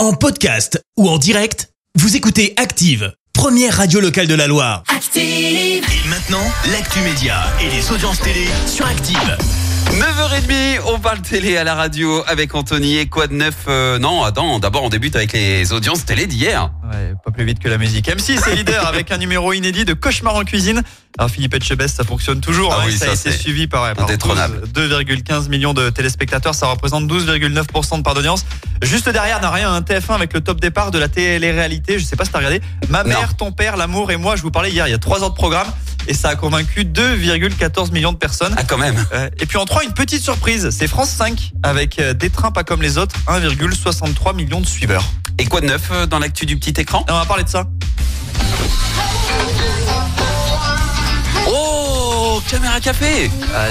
En podcast ou en direct, vous écoutez Active, première radio locale de la Loire. Active. Et maintenant, l'actu média et les audiences télé sur Active. 9h30, on parle télé à la radio avec Anthony. Et quoi de neuf Non, attends, d'abord on débute avec les audiences télé d'hier. Ouais, pas plus vite que la musique. M6 est leader avec un numéro inédit de Cauchemar en cuisine. Alors Philippe Etchebest, ça fonctionne toujours. Ah oui, ça a été c'est suivi par indétrônable. 2,15 millions de téléspectateurs. Ça représente 12,9% de part d'audience. Juste derrière, n'a rien, un TF1 avec le top départ de la télé-réalité. Je sais pas si t'as regardé. Ma mère, ton père, l'amour et moi. Je vous parlais hier, il y a 3 heures de programme. Et ça a convaincu 2,14 millions de personnes. Ah, quand même. Et puis en 3, une petite surprise. C'est France 5 avec des trains pas comme les autres. 1,63 millions de suiveurs. Et quoi de neuf dans l'actu du petit écran? Et on va parler de ça. Oh, Caméra Café. Ah,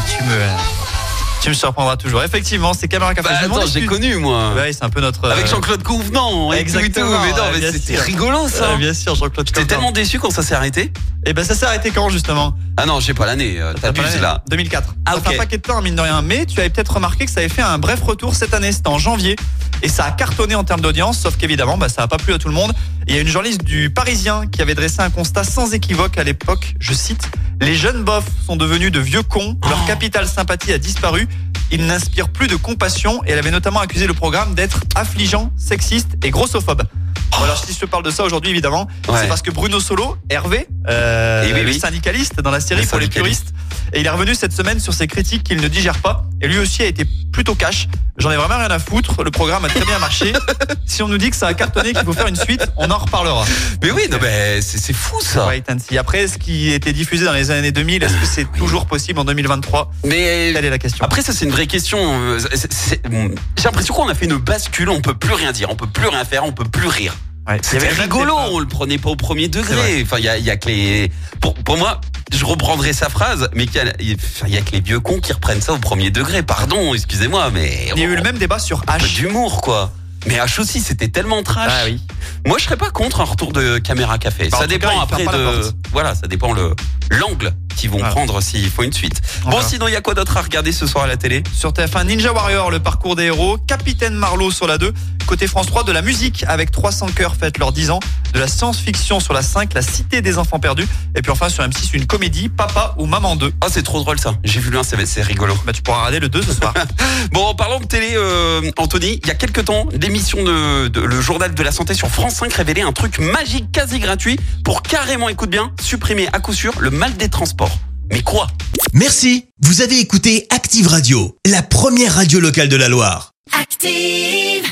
tu me surprendras toujours. Effectivement, c'est Caméra Café. Bah, attends, j'ai connu moi. Ouais, c'est un peu notre. Avec Jean-Claude Convenant. Exactement. Mais non, mais c'était rigolo ça. Bien sûr, Jean-Claude J'étais Convenant. tellement déçu quand ça s'est arrêté. Et ben ça s'est arrêté quand justement? Ah non, j'ai pas l'année. T'abuses là. 2004. Ah, Ça fait ok. un paquet de temps, mine de rien. Mais tu avais peut-être remarqué que ça avait fait un bref retour cette année. C'était en janvier. Et ça a cartonné en termes d'audience. Sauf qu'évidemment, ça n'a pas plu à tout le monde. Et il y a une journaliste du Parisien qui avait dressé un constat sans équivoque à l'époque. Je cite: les jeunes bofs sont devenus de vieux cons. Leur capital sympathie a disparu. Ils n'inspirent plus de compassion. Et elle avait notamment accusé le programme d'être affligeant, sexiste et grossophobe. Bon, alors si je te parle de ça aujourd'hui, évidemment, Ouais. c'est parce que Bruno Solo, Hervé, Et oui, le oui. syndicaliste dans la série Le pour les syndicaliste. puristes, et il est revenu cette semaine sur ses critiques qu'il ne digère pas. Et lui aussi a été plutôt cash. J'en ai vraiment rien à foutre. Le programme a très bien marché. Si on nous dit que ça a cartonné, qu'il faut faire une suite, on en reparlera. Mais oui, non, mais c'est fou ça. Wait and see. Après, ce qui était diffusé dans les années 2000, est-ce que c'est toujours possible en 2023? Mais Telle est la question. après ça c'est une vraie question. J'ai l'impression qu'on a fait une bascule. On peut plus rien dire, on peut plus rien faire, on peut plus rire. Ouais. Il y C'était avait même rigolo, des- on le prenait pas au premier C'est degré. vrai. Enfin, il y a que les. Pour moi, je reprendrai sa phrase, mais il y a que les vieux cons qui reprennent ça au premier degré. Pardon, excusez-moi, mais Il y a eu le même débat sur un peu H. d'humour quoi. Mais H aussi, c'était tellement trash. Ah oui. Moi, je serais pas contre un retour de Caméra Café. Bah, en Ça tout dépend cas, il après ferme pas la de. porte. Voilà, ça dépend l'angle qu'ils vont Voilà. prendre s'il faut une suite. On Bon, verra. sinon, il y a quoi d'autre à regarder ce soir à la télé? Sur TF1, Ninja Warrior, le parcours des héros. Capitaine Marlowe sur la 2. Côté France 3, de la musique avec 300 cœurs fêtent leurs 10 ans. De la science-fiction sur la 5, La Cité des enfants perdus. Et puis enfin sur M6, une comédie, Papa ou Maman 2. Ah, c'est trop drôle ça. J'ai vu le 1, c'est rigolo. Bah, tu pourras regarder le 2 ce soir. Bon, en parlant de télé, Anthony, il y a quelques temps, l'émission de le journal de la santé sur France 5 révélait un truc magique quasi gratuit pour carrément, écoute bien, supprimer à coup sûr le mal des transports. Mais quoi? Merci, vous avez écouté Active Radio, la première radio locale de la Loire. Active.